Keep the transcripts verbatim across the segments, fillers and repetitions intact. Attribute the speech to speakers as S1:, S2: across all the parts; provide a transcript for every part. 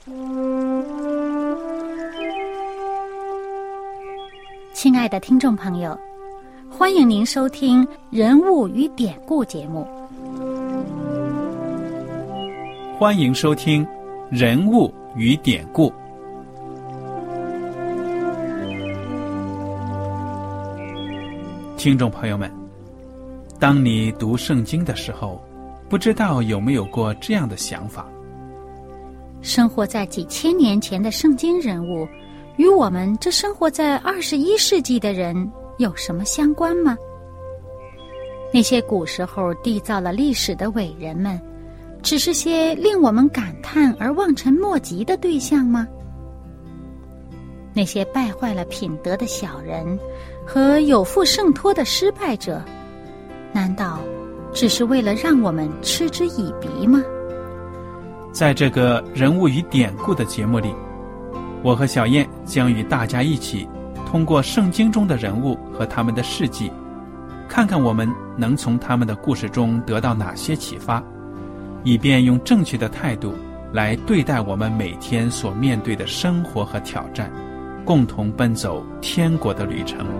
S1: 亲爱的听众朋友，欢迎您收听《人物与典故》节目。
S2: 欢迎收听《人物与典故》。听众朋友们，当你读圣经的时候，不知道有没有过这样的想法：
S1: 生活在几千年前的圣经人物，与我们这生活在二十一世纪的人有什么相关吗？那些古时候缔造了历史的伟人们，只是些令我们感叹而望尘莫及的对象吗？那些败坏了品德的小人和有负圣托的失败者，难道只是为了让我们嗤之以鼻吗？
S2: 在这个人物与典故的节目里，我和小燕将与大家一起通过圣经中的人物和他们的事迹，看看我们能从他们的故事中得到哪些启发，以便用正确的态度来对待我们每天所面对的生活和挑战，共同奔走天国的旅程。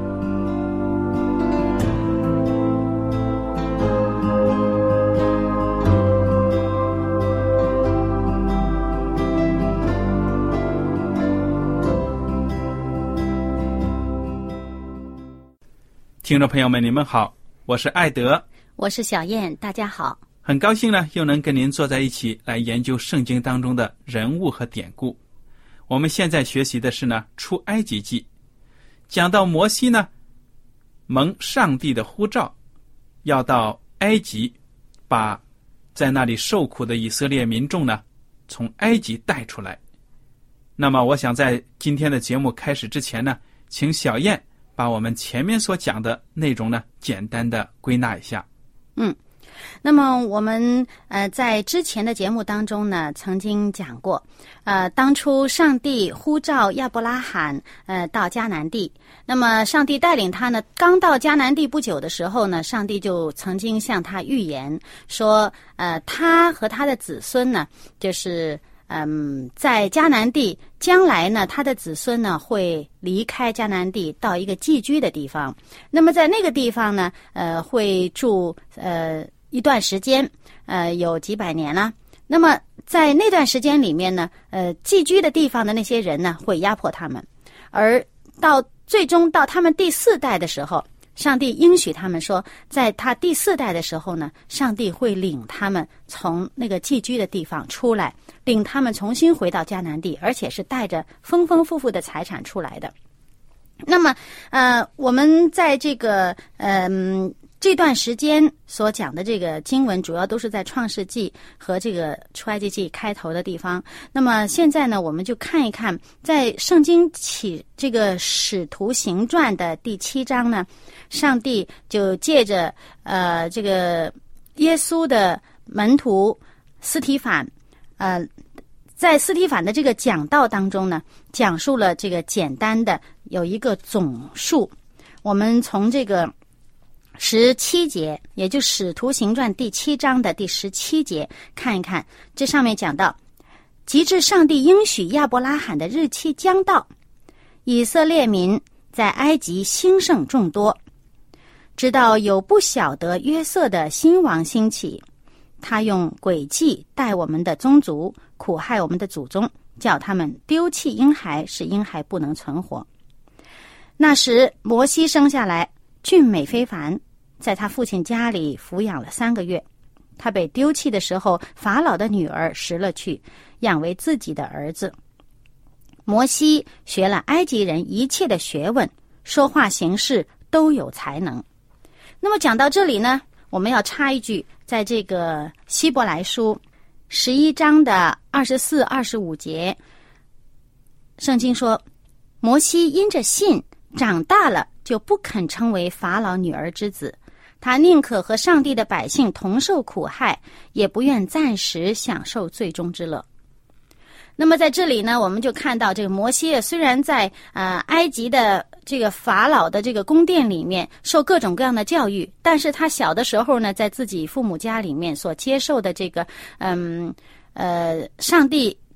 S2: 听众朋友们，你们好，我是艾德，
S1: 我是小燕，大家好。
S2: 很高兴呢，又能跟您坐在一起来研究圣经当中的人物和典故。我们现在学习的是呢出埃及记，讲到摩西呢蒙上帝的呼召，要到埃及，把在那里受苦的以色列民众呢从埃及带出来。那么我想在今天的节目开始之前呢，请小燕把我们前面所讲的内容呢简单的归纳一下。
S1: 嗯，那么我们呃在之前的节目当中呢，曾经讲过，呃，当初上帝呼召亚伯拉罕呃到迦南地，那么上帝带领他呢，刚到迦南地不久的时候呢，上帝就曾经向他预言说，呃，他和他的子孙呢，就是嗯，在迦南地将来呢，他的子孙呢会离开迦南地到一个寄居的地方。那么在那个地方呢，呃，会住呃一段时间，呃，有几百年了。那么在那段时间里面呢，呃，寄居的地方的那些人呢，会压迫他们，而到最终到他们第四代的时候，上帝应许他们说，在他第四代的时候呢，上帝会领他们从那个寄居的地方出来，领他们重新回到迦南地，而且是带着丰丰富富的财产出来的。那么呃我们在这个嗯、呃、这段时间所讲的这个经文，主要都是在创世纪和这个出埃及记开头的地方。那么现在呢，我们就看一看在圣经起这个使徒行传的第七章呢，上帝就借着呃这个耶稣的门徒司提反，呃在司提反的这个讲道当中呢，讲述了这个简单的有一个总数。我们从这个十七节，也就使徒行传第七章的第十七节看一看，这上面讲到，及至上帝应许亚伯拉罕的日期将到，以色列民在埃及兴盛众多，直到有不晓得约瑟的新王兴起，他用诡计待我们的宗族，苦害我们的祖宗，叫他们丢弃婴孩，使婴孩不能存活。那时摩西生下来俊美非凡，在他父亲家里抚养了三个月。他被丢弃的时候，法老的女儿拾了去，养为自己的儿子。摩西学了埃及人一切的学问，说话行事都有才能。那么讲到这里呢，我们要插一句，在这个希伯来书十一章的二十四、二十五节，圣经说，摩西因着信长大了，就不肯称为法老女儿之子，他宁可和上帝的百姓同受苦害，也不愿暂时享受最终之乐。那么在这里呢，我们就看到这个摩西虽然在呃埃及的这个法老的这个宫殿里面受各种各样的教育，但是他小的时候呢，在自己父母家里面所接受的这个嗯呃上帝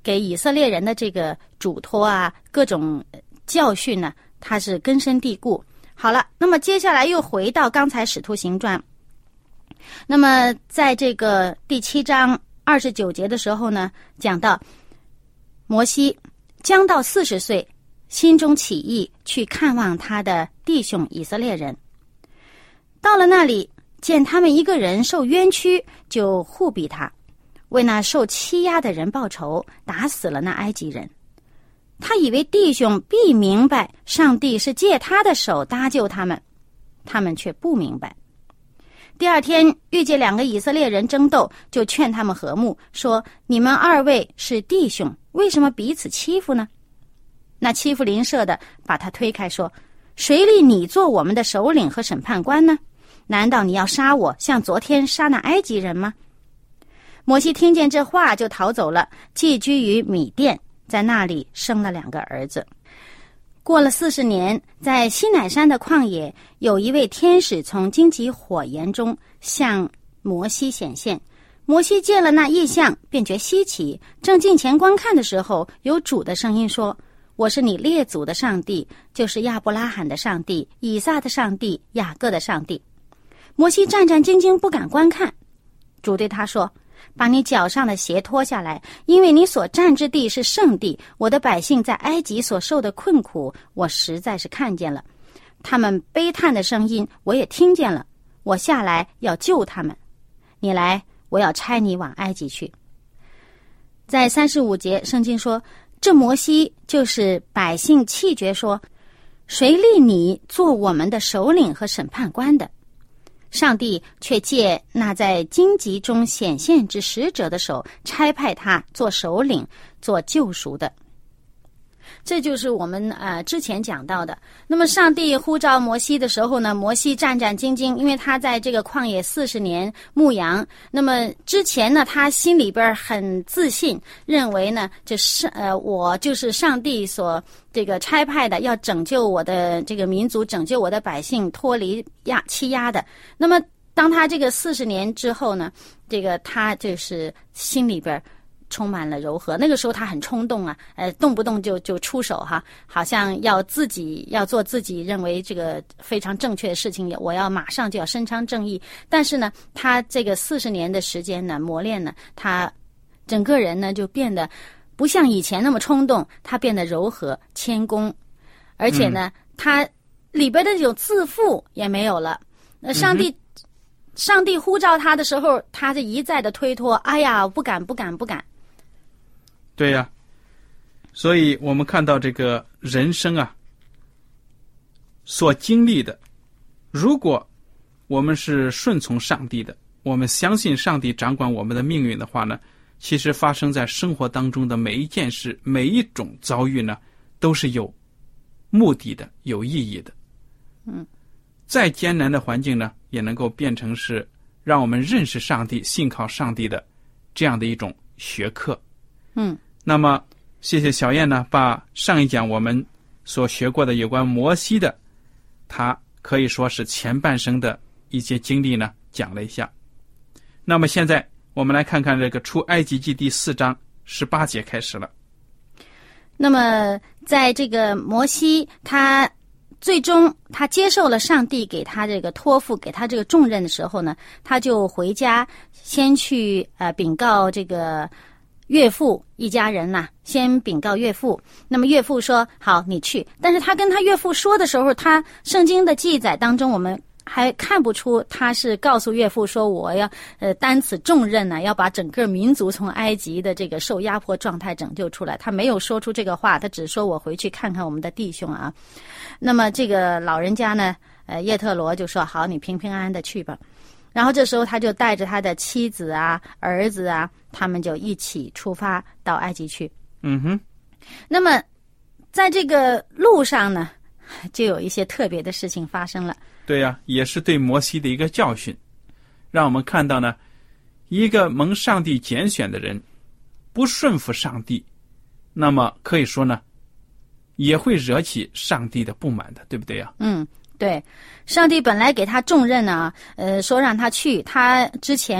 S1: 给以色列人的这个嘱托啊，各种教训呢，他是根深蒂固。好了，那么接下来又回到刚才使徒行传，那么在这个第七章二十九节的时候呢，讲到摩西将到四十岁，心中起意去看望他的弟兄以色列人。到了那里，见他们一个人受冤屈，就护庇他，为那受欺压的人报仇，打死了那埃及人。他以为弟兄必明白上帝是借他的手搭救他们，他们却不明白。第二天遇见两个以色列人争斗，就劝他们和睦，说：你们二位是弟兄，为什么彼此欺负呢？那欺负邻舍的把他推开，说：谁立你做我们的首领和审判官呢？难道你要杀我，像昨天杀那埃及人吗？摩西听见这话，就逃走了，寄居于米甸，在那里生了两个儿子。过了四十年，在西乃山的旷野，有一位天使从荆棘火焰中向摩西显现。摩西见了那异象，便觉稀奇，正近前观看的时候，有主的声音说：我是你列祖的上帝，就是亚伯拉罕的上帝，以撒的上帝，雅各的上帝。摩西战战兢兢，不敢观看。主对他说：把你脚上的鞋脱下来，因为你所站之地是圣地。我的百姓在埃及所受的困苦，我实在是看见了，他们悲叹的声音我也听见了。我下来要救他们，你来，我要差你往埃及去。在三十五节，圣经说，这摩西就是百姓气绝说：谁立你做我们的首领和审判官的？上帝却借那在荆棘中显现之使者的手，差派他做首领，做救赎的。这就是我们呃之前讲到的。那么上帝呼召摩西的时候呢，摩西战战兢兢，因为他在这个旷野四十年牧羊。那么之前呢，他心里边很自信，认为呢，这是呃我就是上帝所这个差派的，要拯救我的这个民族，拯救我的百姓脱离压欺压的。那么当他这个四十年之后呢，这个他就是心里边充满了柔和。那个时候他很冲动啊，呃，动不动就就出手哈，好像要自己要做自己认为这个非常正确的事情，我要马上就要伸张正义。但是呢，他这个四十年的时间呢，磨练呢，他整个人呢就变得不像以前那么冲动，他变得柔和谦恭，而且呢，嗯、他里边的这种自负也没有了。那上帝、嗯、上帝呼召他的时候，他是一再的推脱，哎呀，不敢不敢不敢。
S2: 对呀、啊，所以我们看到这个人生啊，所经历的，如果我们是顺从上帝的，我们相信上帝掌管我们的命运的话呢，其实发生在生活当中的每一件事，每一种遭遇呢，都是有目的的，有意义的。
S1: 嗯，
S2: 再艰难的环境呢，也能够变成是让我们认识上帝、信靠上帝的这样的一种学课。
S1: 嗯。
S2: 那么谢谢小燕呢，把上一讲我们所学过的有关摩西的，他可以说是前半生的一些经历呢讲了一下。那么现在我们来看看这个出埃及记第四章十八节开始了。
S1: 那么在这个摩西他最终他接受了上帝给他这个托付，给他这个重任的时候呢，他就回家先去呃禀告这个岳父一家人呐、啊，先禀告岳父。那么岳父说好，你去。但是他跟他岳父说的时候，他圣经的记载当中，我们还看不出他是告诉岳父说我要呃担此重任呢、啊，要把整个民族从埃及的这个受压迫状态拯救出来。他没有说出这个话，他只说我回去看看我们的弟兄啊。那么这个老人家呢，呃叶特罗就说好，你平平安安的去吧。然后这时候他就带着他的妻子啊、儿子啊，他们就一起出发到埃及去。
S2: 嗯哼。
S1: 那么在这个路上呢，就有一些特别的事情发生了。
S2: 对呀、啊，也是对摩西的一个教训，让我们看到呢，一个蒙上帝拣选的人不顺服上帝，那么可以说呢，也会惹起上帝的不满的，对不对呀、啊？
S1: 嗯。对，上帝本来给他重任呢，呃，说让他去，他之前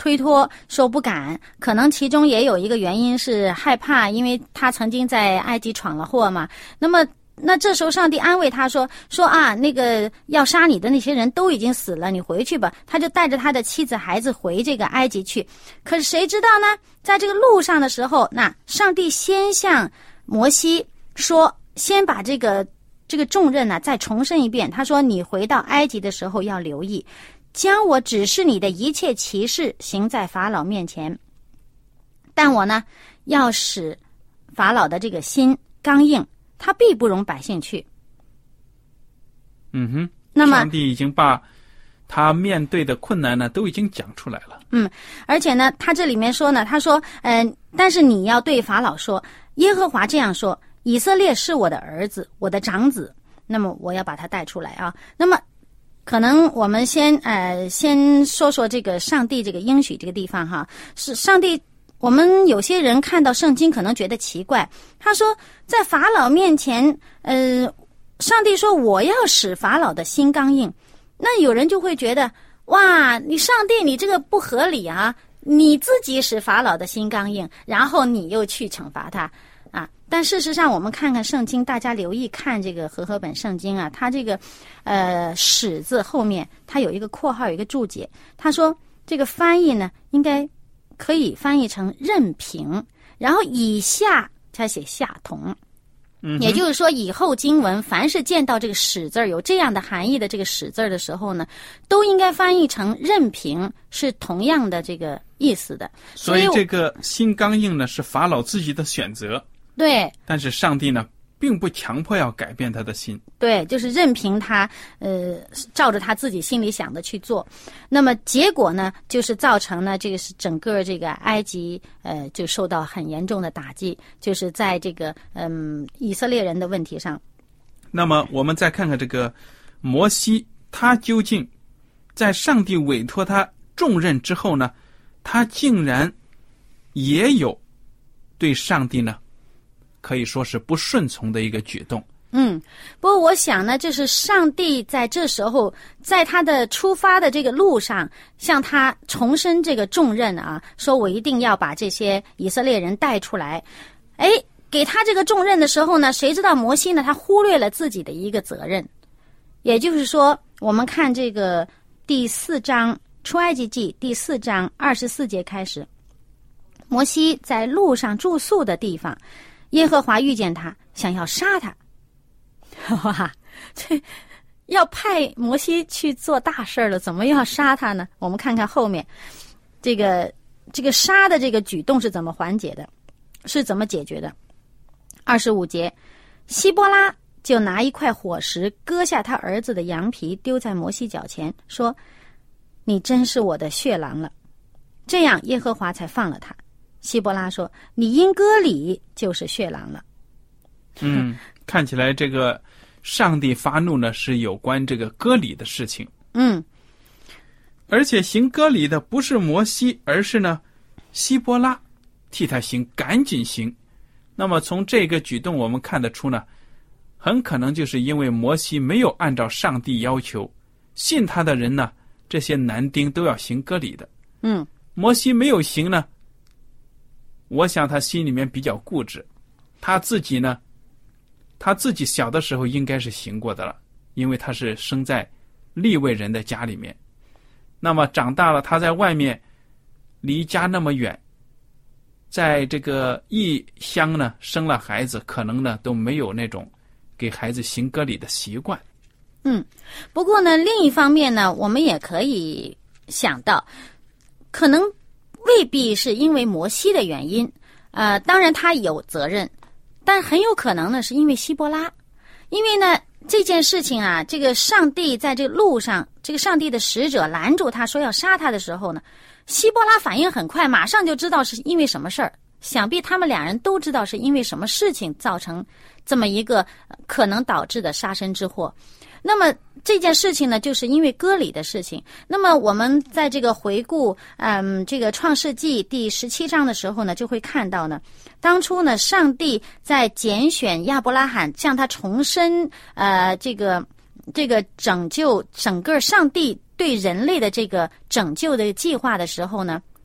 S1: 推脱说不敢，可能其中也有一个原因是害怕，因为他曾经在埃及闯了祸嘛。那么那这时候上帝安慰他说说啊，那个要杀你的那些人都已经死了，你回去吧。他就带着他的妻子孩子回这个埃及去。可是谁知道呢，在这个路上的时候，那上帝先向摩西说，先把这个这个重任呢再重申一遍。他说你回到埃及的时候要留意，将我指示你的一切奇事行在法老面前，但我呢要使法老的这个心刚硬，他必不容百姓去。
S2: 嗯哼，
S1: 那么
S2: 上帝已经把他面对的困难呢都已经讲出来了。
S1: 嗯，而且呢他这里面说呢，他说嗯、呃，但是你要对法老说，耶和华这样说，以色列是我的儿子，我的长子，那么我要把他带出来啊。那么可能我们先呃先说说这个上帝这个应许这个地方哈，是上帝。我们有些人看到圣经可能觉得奇怪，他说在法老面前，呃，上帝说我要使法老的心刚硬，那有人就会觉得，哇，你上帝你这个不合理啊，你自己使法老的心刚硬，然后你又去惩罚他啊。但事实上我们看看圣经，大家留意看这个和合本圣经啊，它这个呃使字后面它有一个括号，有一个注解，他说这个翻译呢应该可以翻译成任凭，然后以下才写下同。
S2: 嗯，
S1: 也就是说以后经文凡是见到这个使字有这样的含义的这个使字的时候呢，都应该翻译成任凭，是同样的这个意思的。
S2: 所以这个心刚硬呢是法老自己的选择，
S1: 对，
S2: 但是上帝呢并不强迫要改变他的心，
S1: 对，就是任凭他呃照着他自己心里想的去做。那么结果呢就是造成呢这个是整个这个埃及呃就受到很严重的打击，就是在这个嗯以色列人的问题上。
S2: 那么我们再看看这个摩西，他究竟在上帝委托他重任之后呢，他竟然也有对上帝呢可以说是不顺从的一个举动。
S1: 嗯，不过我想呢，就是上帝在这时候，在他的出发的这个路上，向他重申这个重任啊，说我一定要把这些以色列人带出来。哎，给他这个重任的时候呢，谁知道摩西呢，他忽略了自己的一个责任。也就是说，我们看这个第四章出埃及记第四章二十四节开始，摩西在路上住宿的地方，耶和华遇见他，想要杀他。哇，这要派摩西去做大事了，怎么要杀他呢？我们看看后面这个这个杀的这个举动是怎么缓解的，是怎么解决的。二十五节，希波拉就拿一块火石割下他儿子的羊皮，丢在摩西脚前，说：你真是我的血狼了。这样耶和华才放了他。希波拉说：你因割礼就是血狼了。
S2: 嗯，看起来这个上帝发怒呢是有关这个割礼的事情。
S1: 嗯，
S2: 而且行割礼的不是摩西，而是呢希波拉替他行，赶紧行。那么从这个举动我们看得出呢，很可能就是因为摩西没有按照上帝要求，信他的人呢这些男丁都要行割礼的。
S1: 嗯，
S2: 摩西没有行呢，我想他心里面比较固执，他自己呢他自己小的时候应该是行过的了，因为他是生在利未人的家里面。那么长大了，他在外面离家那么远，在这个异乡呢生了孩子，可能呢都没有那种给孩子行割礼的习惯。
S1: 嗯，不过呢另一方面呢，我们也可以想到，可能未必是因为摩西的原因，呃，当然他有责任，但很有可能呢是因为希波拉。因为呢这件事情啊，这个上帝在这个路上，这个上帝的使者拦住他说要杀他的时候呢，希波拉反应很快，马上就知道是因为什么事儿。想必他们两人都知道是因为什么事情造成这么一个可能导致的杀身之祸。那么这件事情呢，就是因为割礼的事情。那么我们在这个回顾嗯这个创世纪第十七章的时候呢，就会看到呢，当初呢上帝在拣选亚伯拉罕，向他重申呃这个这个拯救整个上帝对人类的这个拯救的计划的时候呢，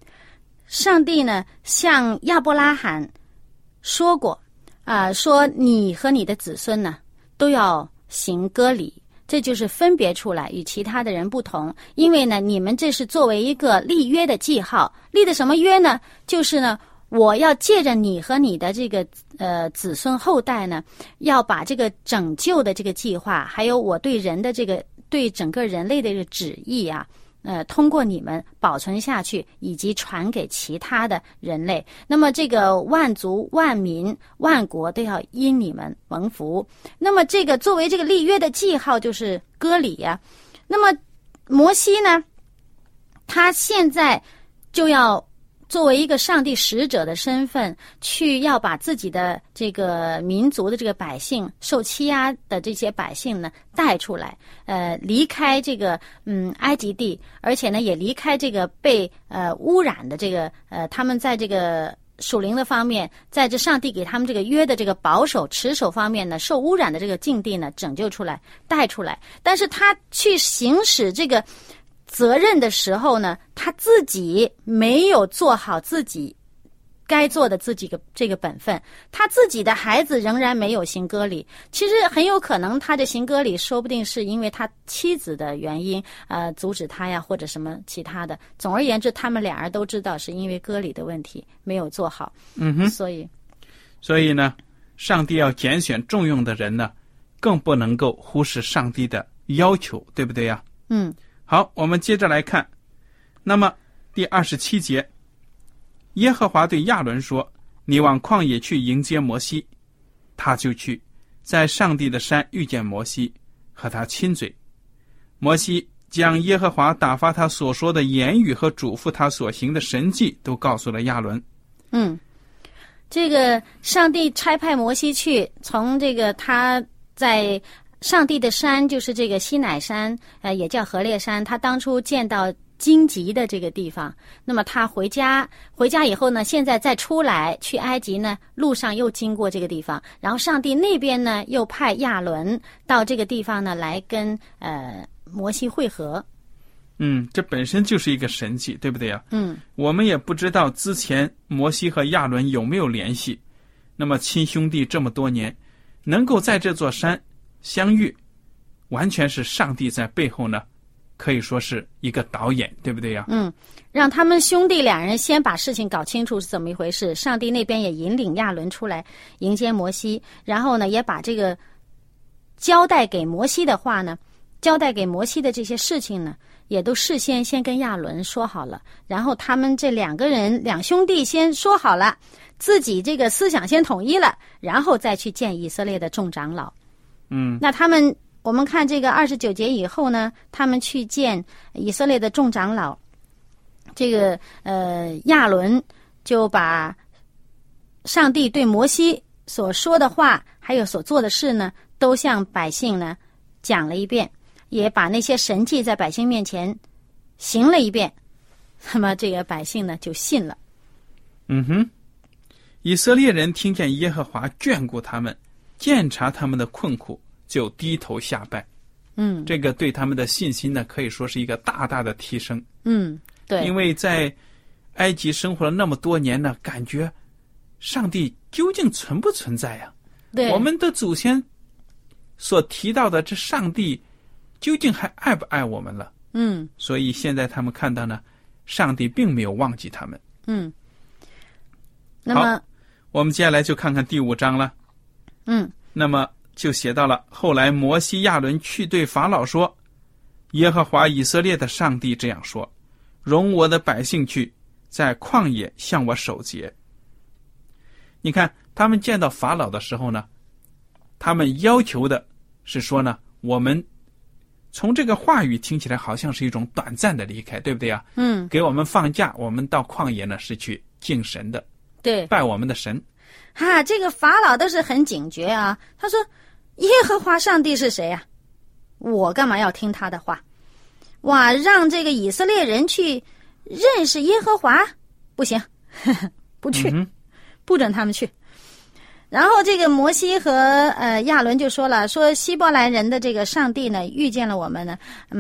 S1: 上帝呢向亚伯拉罕说过啊、呃，说你和你的子孙呢都要行割礼，这就是分别出来与其他的人不同。因为呢，你们这是作为一个立约的记号，立的什么约呢？就是呢，我要借着你和你的这个呃子孙后代呢，要把这个拯救的这个计划，还有我对人的这个对整个人类的这个旨意啊。呃，通过你们保存下去，以及传给其他的人类。那么，这个万族、万民、万国都要因你们蒙福。那么，这个作为这个立约的记号，就是割礼呀、啊。那么，摩西呢，他现在就要作为一个上帝使者的身份，去要把自己的这个民族的这个百姓受欺压的这些百姓呢带出来，呃，离开这个嗯埃及地，而且呢也离开这个被呃污染的这个呃他们在这个属灵的方面，在这上帝给他们这个约的这个保守持守方面呢，受污染的这个境地呢拯救出来带出来，但是他去行使这个责任的时候呢，他自己没有做好自己该做的自己的这个本分，他自己的孩子仍然没有行割礼。其实很有可能他的行割礼说不定是因为他妻子的原因呃，阻止他呀，或者什么其他的。总而言之，他们俩人都知道是因为割礼的问题没有做好。
S2: 嗯哼，
S1: 所以
S2: 所以呢，上帝要拣选重用的人呢，更不能够忽视上帝的要求，对不对呀？
S1: 嗯。
S2: 好，我们接着来看，那么第二十七节，耶和华对亚伦说：“你往旷野去迎接摩西。”他就去，在上帝的山遇见摩西，和他亲嘴。摩西将耶和华打发他所说的言语和嘱咐他所行的神迹都告诉了亚伦。
S1: 嗯，这个上帝差派摩西去，从这个他在上帝的山，就是这个西乃山，呃，也叫何烈山。他当初见到荆棘的这个地方，那么他回家，回家以后呢，现在再出来去埃及呢，路上又经过这个地方，然后上帝那边呢又派亚伦到这个地方呢来跟呃摩西会合。
S2: 嗯，这本身就是一个神迹，对不对呀？
S1: 嗯，
S2: 我们也不知道之前摩西和亚伦有没有联系，那么亲兄弟这么多年，能够在这座山相遇，完全是上帝在背后呢，可以说是一个导演，对不对呀？
S1: 嗯，让他们兄弟两人先把事情搞清楚是怎么一回事。上帝那边也引领亚伦出来迎接摩西，然后呢，也把这个交代给摩西的话呢，交代给摩西的这些事情呢，也都事先先跟亚伦说好了。然后他们这两个人两兄弟先说好了，自己这个思想先统一了，然后再去见以色列的众长老。
S2: 嗯，
S1: 那他们，我们看这个二十九节以后呢，他们去见以色列的众长老，这个呃亚伦就把上帝对摩西所说的话，还有所做的事呢，都向百姓呢讲了一遍，也把那些神迹在百姓面前行了一遍。那么这个百姓呢就信了。
S2: 嗯哼，以色列人听见耶和华眷顾他们，鉴察他们的困苦，就低头下拜。
S1: 嗯，
S2: 这个对他们的信心呢，可以说是一个大大的提升。
S1: 嗯，对，
S2: 因为在埃及生活了那么多年呢，感觉上帝究竟存不存在呀？
S1: 对，
S2: 我们的祖先所提到的这上帝究竟还爱不爱我们了？
S1: 嗯，
S2: 所以现在他们看到呢，上帝并没有忘记他们。
S1: 嗯，那么
S2: 好，我们接下来就看看第五章了。
S1: 嗯，
S2: 那么就写到了后来摩西亚伦去对法老说，耶和华以色列的上帝这样说，容我的百姓去，在旷野向我守节。你看他们见到法老的时候呢，他们要求的是说呢，我们从这个话语听起来好像是一种短暂的离开，对不对啊？
S1: 嗯，
S2: 给我们放假，我们到旷野呢是去敬神的，
S1: 对，
S2: 拜我们的神。
S1: 哈、啊，这个法老都是很警觉啊。他说：“耶和华上帝是谁呀、啊？我干嘛要听他的话？哇，让这个以色列人去认识耶和华，不行，呵呵不去、嗯，不准他们去。”然后这个摩西和呃亚伦就说了，说希伯来人的这个上帝呢，遇见了我们呢，嗯，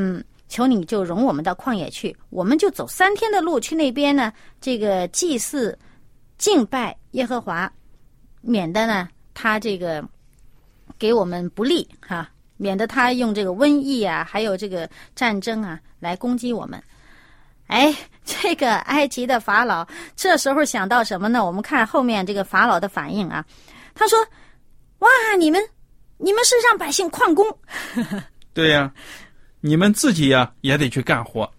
S1: 求你就容我们到旷野去，我们就走三天的路去那边呢，这个祭祀敬拜耶和华，免得呢他这个给我们不利哈、啊，免得他用这个瘟疫啊，还有这个战争啊来攻击我们。哎，这个埃及的法老这时候想到什么呢？我们看后面这个法老的反应啊，他说：“哇，你们你们是让百姓旷工。”
S2: 对呀、啊，你们自己呀、啊、也得去干活。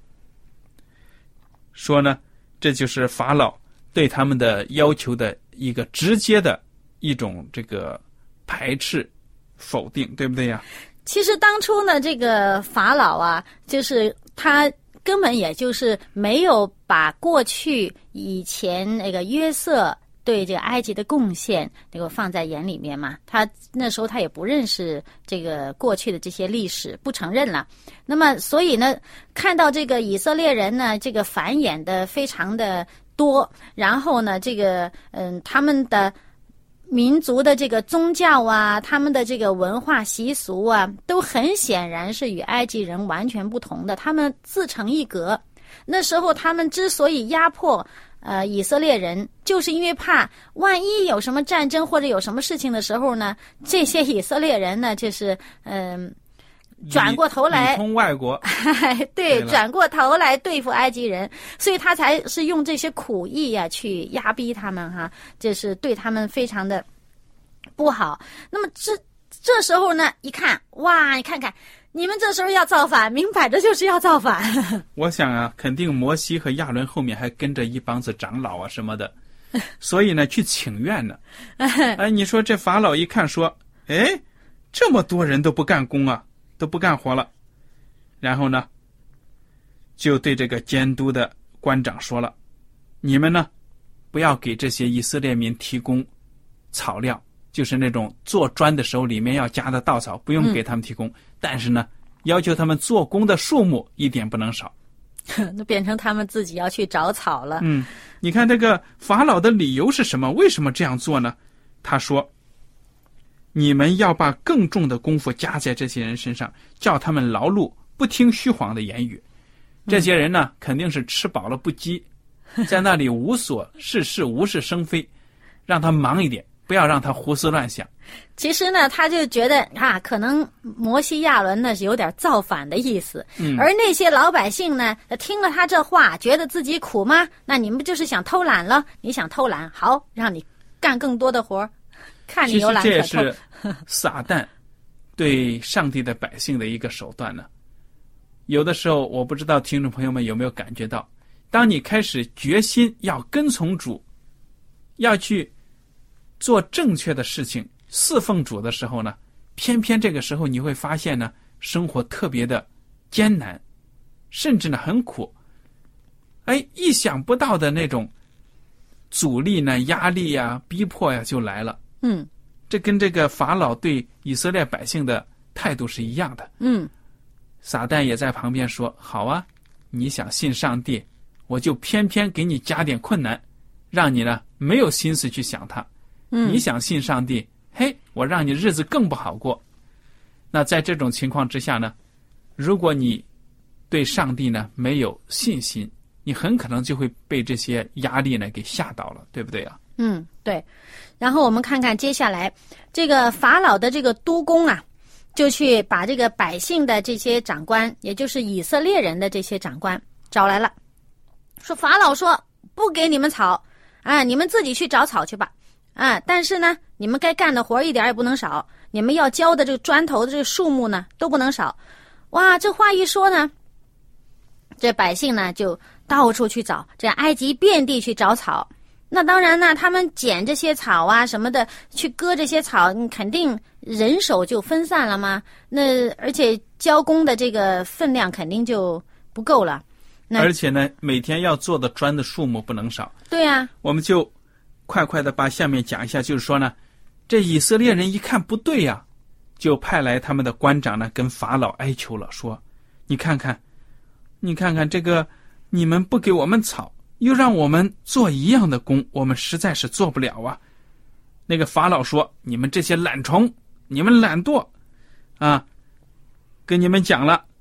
S2: 说呢，这就是法老对他们的要求的一个直接的一种这个排斥、否定，对不对呀？
S1: 其实当初呢，这个法老啊，就是他根本也就是没有把过去以前那个约瑟对这个埃及的贡献这个放在眼里面嘛，他那时候他也不认识这个过去的这些历史，不承认了。那么所以呢，看到这个以色列人呢，这个繁衍的非常的多，然后呢，这个嗯，他们的民族的这个宗教啊，他们的这个文化习俗啊，都很显然是与埃及人完全不同的，他们自成一格。那时候他们之所以压迫呃，以色列人，就是因为怕万一有什么战争或者有什么事情的时候呢，这些以色列人呢，就是嗯、呃，转过头来
S2: 通外国，
S1: 对，转过头来对付埃及人，所以他才是用这些苦役呀、啊、去压逼他们哈，这是对他们非常的不好。那么这这时候呢，一看哇，你看看。你们这时候要造反，明摆着就是要造反。
S2: 我想啊，肯定摩西和亚伦后面还跟着一帮子长老啊什么的，所以呢，去请愿呢。哎，你说这法老一看说，哎，这么多人都不干工啊，都不干活了，然后呢，就对这个监督的官长说了，你们呢，不要给这些以色列民提供草料。就是那种做砖的时候里面要加的稻草，不用给他们提供、嗯、但是呢要求他们做工的数目一点不能少。
S1: 那变成他们自己要去找草了。
S2: 嗯，你看这个法老的理由是什么？为什么这样做呢？他说你们要把更重的功夫加在这些人身上，叫他们劳碌，不听虚谎的言语。这些人呢、嗯、肯定是吃饱了不饥，在那里无所事事，无事生非，让他忙一点，不要让他胡思乱想。
S1: 其实呢，他就觉得啊，可能摩西亚伦呢是有点造反的意思。嗯，而那些老百姓呢，听了他这话，觉得自己苦吗？那你们不就是想偷懒了？你想偷懒，好，让你干更多的活，看你有懒可偷。
S2: 其实这也是撒旦对上帝的百姓的一个手段呢。有的时候，我不知道听众朋友们有没有感觉到，当你开始决心要跟从主，要去做正确的事情，侍奉主的时候呢，偏偏这个时候你会发现呢，生活特别的艰难，甚至呢很苦。哎，意想不到的那种阻力呢、压力呀、啊、逼迫呀就来了。
S1: 嗯，
S2: 这跟这个法老对以色列百姓的态度是一样的。
S1: 嗯，
S2: 撒旦也在旁边说：“好啊，你想信上帝，我就偏偏给你加点困难，让你呢没有心思去想他。嗯，你想信上帝，嘿，我让你日子更不好过。那在这种情况之下呢，如果你对上帝呢没有信心，你很可能就会被这些压力呢给吓倒了，对不对啊？
S1: 嗯，对。然后我们看看接下来这个法老的这个督工啊，就去把这个百姓的这些长官，也就是以色列人的这些长官找来了，说法老说不给你们草啊，你们自己去找草去吧。啊，但是呢，你们该干的活一点也不能少，你们要交的这个砖头的这个数目呢都不能少。哇，这话一说呢，这百姓呢就到处去找，这埃及遍地去找草。那当然呢，他们捡这些草啊什么的，去割这些草，你肯定人手就分散了嘛。那而且交工的这个分量肯定就不够了。那
S2: 而且呢，每天要做的砖的数目不能少。
S1: 对啊，
S2: 我们就快快的把下面讲一下，就是说呢，这以色列人一看不对呀、啊，就派来他们的官长呢，跟法老哀求了，说：“你看看，你看看这个，你们不给我们草，又让我们做一样的工，我们实在是做不了啊。”那个法老说：“你们这些懒虫，你们懒惰啊，跟你们讲了，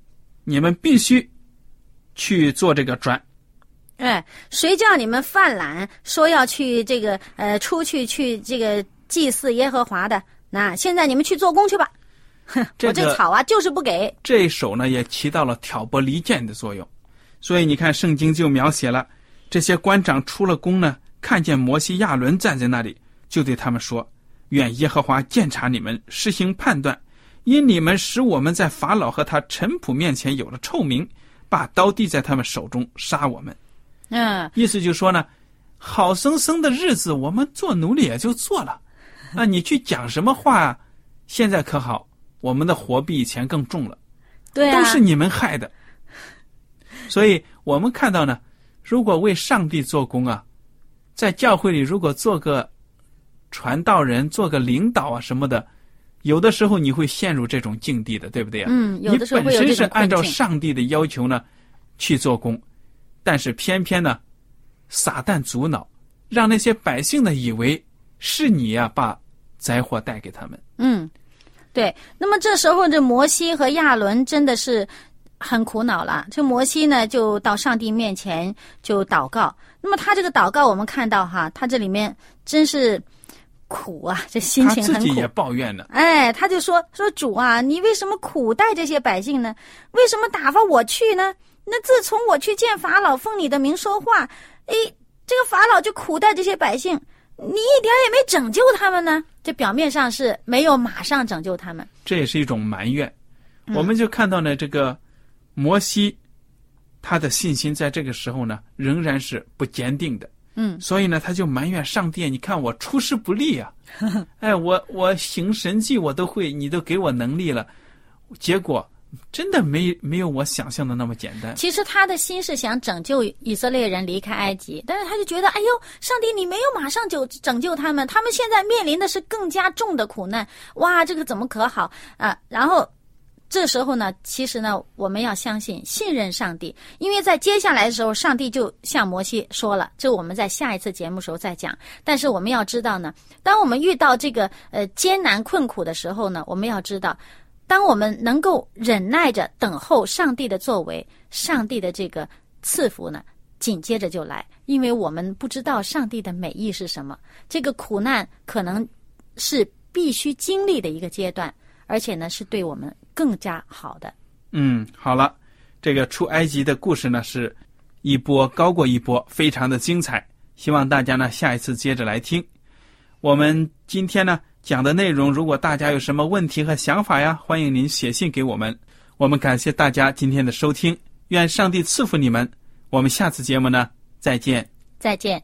S2: 你们必须去做这个砖。
S1: 哎，谁叫你们犯懒，说要去这个呃出去去这个祭祀耶和华的？那现在你们去做工去吧。哼，
S2: 这个、
S1: 我这草啊就是不给。
S2: 这一手呢也起到了挑拨离间的作用。所以你看圣经就描写了这些官长出了宫呢，看见摩西亚伦站在那里，就对他们说，愿耶和华鉴察你们，实行判断，因你们使我们在法老和他臣仆面前有了臭名，把刀递在他们手中杀我们。
S1: 嗯，
S2: 意思就说呢，好生生的日子我们做奴隶也就做了，那你去讲什么话，现在可好，我们的火比以前更重了。
S1: 对啊，
S2: 都是你们害的。所以我们看到呢，如果为上帝做工啊，在教会里如果做个传道人，做个领导啊什么的，有的时候你会陷入这种境地的，对不对啊？
S1: 嗯，有的时候会有这种困境。
S2: 你本身是按照上帝的要求呢去做工，但是偏偏呢撒旦阻挠，让那些百姓呢以为是你啊把灾祸带给他们。
S1: 嗯，对。那么这时候这摩西和亚伦真的是很苦恼了。这摩西呢就到上帝面前就祷告。那么他这个祷告我们看到哈，他这里面真是苦啊，这心情很苦。
S2: 他自己也抱怨呢。
S1: 哎，他就说说主啊，你为什么苦待这些百姓呢？为什么打发我去呢？那自从我去见法老，奉你的名说话，哎，这个法老就苦待这些百姓，你一点也没拯救他们呢。这表面上是没有马上拯救他们，
S2: 这也是一种埋怨。
S1: 嗯、
S2: 我们就看到呢，这个摩西他的信心在这个时候呢仍然是不坚定的。
S1: 嗯，
S2: 所以呢他就埋怨上帝，你看我出师不利啊，哎，我我行神迹我都会，你都给我能力了，结果真的没没有我想象的那么简单。
S1: 其实他的心是想拯救以色列人离开埃及，但是他就觉得，哎呦，上帝你没有马上就拯救他们，他们现在面临的是更加重的苦难，哇，这个怎么可好啊？然后这时候呢，其实呢，我们要相信、信任上帝，因为在接下来的时候，上帝就向摩西说了，这我们在下一次节目时候再讲。但是我们要知道呢，当我们遇到这个呃艰难困苦的时候呢，我们要知道，当我们能够忍耐着等候上帝的作为，上帝的这个赐福呢，紧接着就来，因为我们不知道上帝的美意是什么，这个苦难可能是必须经历的一个阶段，而且呢，是对我们更加好的。
S2: 嗯，好了，这个出埃及的故事呢，是一波高过一波，非常的精彩。希望大家呢下一次接着来听。我们今天呢讲的内容，如果大家有什么问题和想法呀，欢迎您写信给我们。我们感谢大家今天的收听，愿上帝赐福你们。我们下次节目呢再见。
S1: 再见。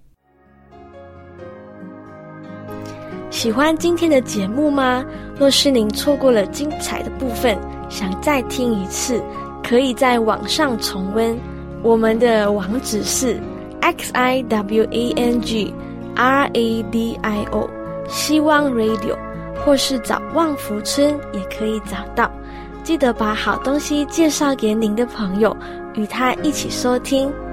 S3: 喜欢今天的节目吗？若是您错过了精彩的部分，想再听一次，可以在网上重温。我们的网址是 x i w a n g r a d i o 希望 Radio， 或是找旺福村也可以找到。记得把好东西介绍给您的朋友，与他一起收听。